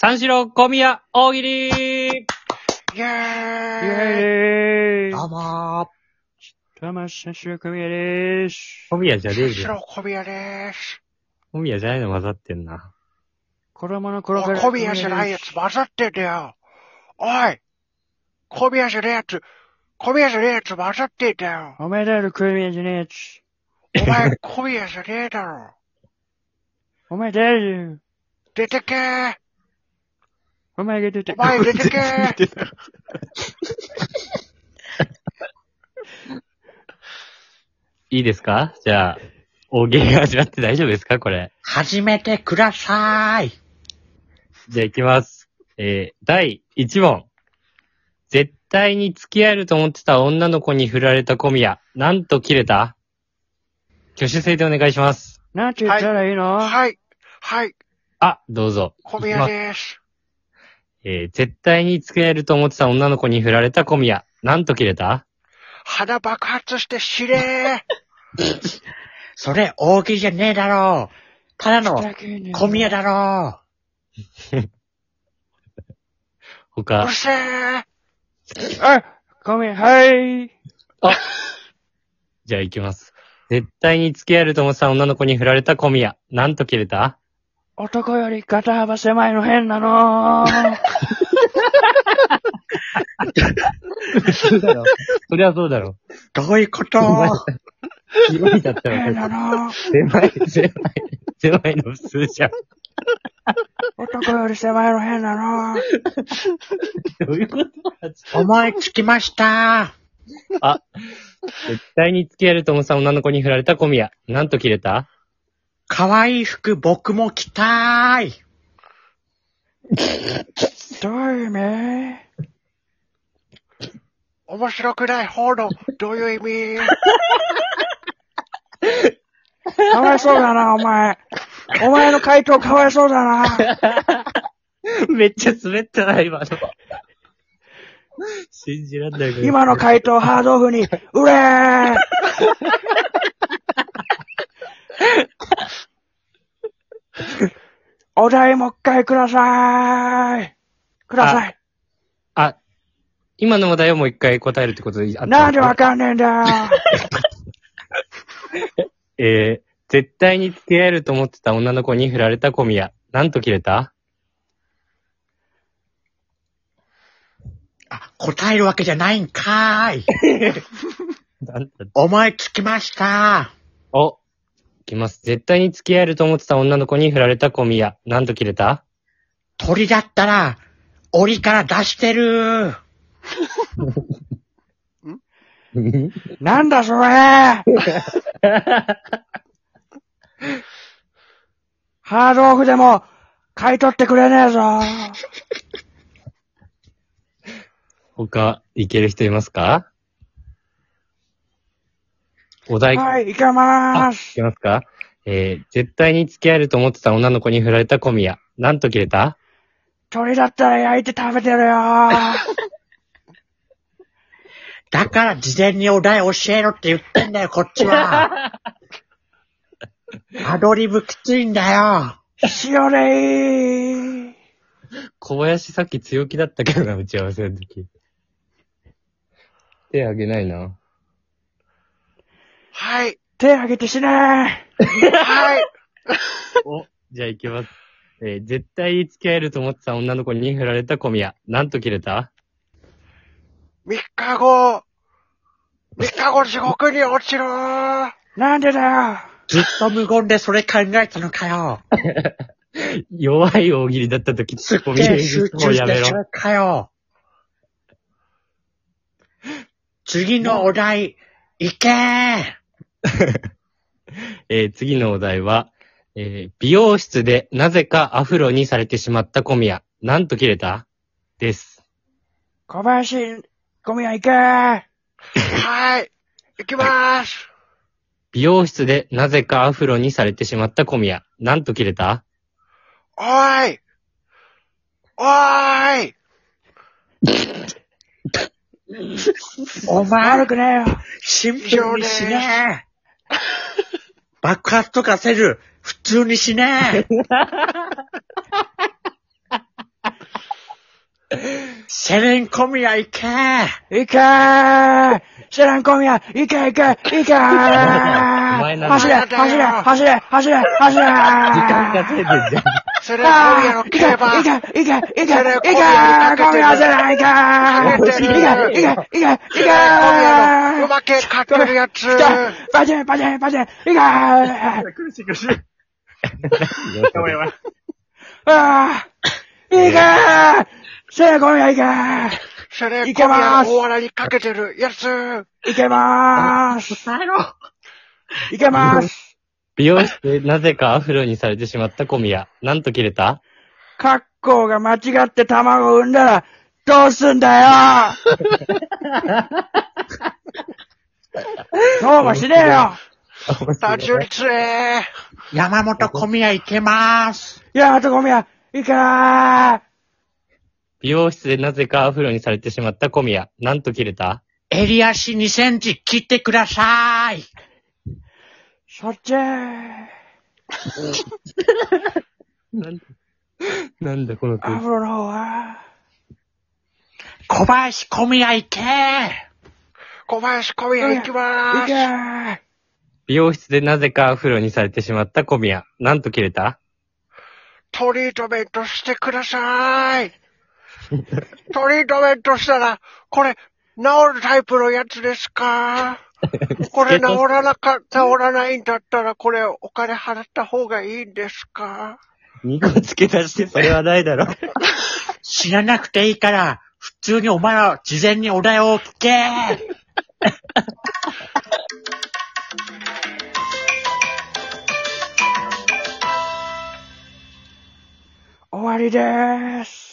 三四郎小宮大喜利イェーイイェーイどうもどうも、三四郎小宮でーす。 小宮じゃねえじゃん。 白小宮でーす。 小宮じゃないの混ざってんな。 子供のおい、 頃から小宮じゃないやつ混ざってんだよ。おい小宮じゃねえやつ混ざってんだよ。 お前だろ、小宮じゃねえやつ。 お前、小宮じゃねえだろ。 お前だろ。 出てけー。 お前が出てお前出てけー。 いいですか？じゃあ、大喜利始まって大丈夫ですかこれ。 始めてくださーい。 じゃあ行きます。第1問。絶対に付き合えると思ってた女の子に振られた小宮。なんと切れた？挙手制でお願いします。 なんて言ったらいいの？ はい。 あ、どうぞ。 小宮でーす。 絶対に付き合えると思ってた女の子に振られた小宮。なんと切れた？ 鼻爆発して死ねー。 それ、大喜利じゃねえだろう。ただの、小宮だろう他る。せー。 あ、小宮、はい。 じゃあ行きます。絶対に付き合えると思ってた女の子に振られた小宮。なんと切れた？ 男より肩幅狭いの変なのー。 そうだろ。そりゃそうだろ。 どういうこと広いだった変らなのー。 狭いの普通じゃん。 男より狭いの変なのー。 どういうこと？ 思いつきました絶対に付き合えると思ってた女の子に振られた小宮。なんと切れた？ 可愛い服僕も着たーい。 どういう意味？ 面白くない方の、どういう意味？ かわいそうだな、お前。お前の回答かわいそうだな。 めっちゃ滑ったな、今の。信じらんないけど。 今の回答ハードオフに、うれー。お題もう一回ください。ください。 あ、今のお題をもう一回答えるってことであったなんでわかんねえんだよ。 絶対に付き合えると思ってた女の子に振られた小宮。なんと切れた？ 答えるわけじゃないんかーい。 なんだ思いつきましたお、いきます。絶対に付き合えると思ってた女の子に振られた小宮。なんと切れた？ 鳥だったら、檻から出してるなんだそれハードオフでも買い取ってくれねえぞ。 他、いける人いますか？お題、 はい、いけまーいす。 けますか？絶対に付き合えると思ってた女の子に振られた小宮。なんと切れた？ 鳥だったら焼いて食べてるよー。 だから事前にお題教えろって言ってんだよ、こっちは。アドリブきついんだよ。 塩でー。 小林さっき強気だったけどな、打ち合わせの時。手あげないな。 はい。 手挙げてしねー。 はい。 お、じゃあ行きます。絶対に付き合えると思ってた女の子に振られた小宮。なんと切れた 3日後地獄に落ちろー。 なんでだよ。 ずっと無言でそれ考えたのかよ。 弱い大喜利だった時、 すっ小げえ集もうやめろ中してそ。れかよ。次のお題、いけー。 次のお題は、美容室でなぜかアフロにされてしまった小宮。なんと切れたです。 小林、小宮行けー。 はい。行きまーす。 美容室でなぜかアフロにされてしまった小宮。なんと切れた？ おーい。 お前悪、くねえよ。 シンプルにしねえ。爆発とかせず、普通にしねえ。 セレン小宮行け。 行けーセレン小宮、行け行け行けー前なんだ走れ走れ走れ走れ走れ時間稼いでんじゃん。 セレン小宮の行け競馬。 行け行け行け行けセレン小行宮にかけてるけ小宮セレン行けかけてる行け行け行け行セレン小宮の馬け券買ってるやつ。 パチンパチンパチン行け苦しい苦しい。やばいやばい。 あー行けセレン小宮行けセレン小宮の大穴にかけてるやつ。 いけまーす答えろ。 いけまーす美容室でなぜかアフロにされてしまった小宮。なんと切れた？ カッコウが間違って卵を産んだら、どうすんだよどうもしねえよ単純につえ山本小宮行けまーす。 ヤマト小宮、いけー美容室でなぜかアフロにされてしまった小宮。なんと切れた？ 襟足2センチ切ってください。 そっちーなんだこの空気。 アフロの方は、 小林小宮行け。 小林小宮行きまいけーす。 ー美容室でなぜかアフロにされてしまった小宮。なんと切れた？ トリートメントしてください。トリートメントしたら、これ、治るタイプのやつですか？これ治らないんだったら、これお金払った方がいいんですか？ 2個付け足してそれはないだろ。 知らなくていいから、普通にお前は事前にお題を聞け。 終わりでーす